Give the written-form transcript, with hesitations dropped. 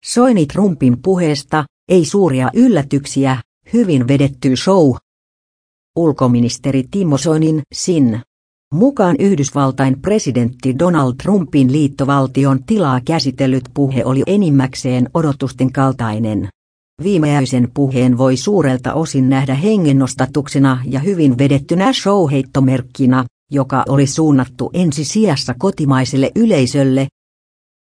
Soini Trumpin puheesta, ei suuria yllätyksiä, hyvin vedetty show. Ulkoministeri Timo Soinin sin. Mukaan Yhdysvaltain presidentti Donald Trumpin liittovaltion tilaa käsitellyt puhe oli enimmäkseen odotusten kaltainen. Viimeäisen puheen voi suurelta osin nähdä hengennostatuksena ja hyvin vedettynä show-heittomerkkinä, joka oli suunnattu ensi sijassa kotimaiselle yleisölle,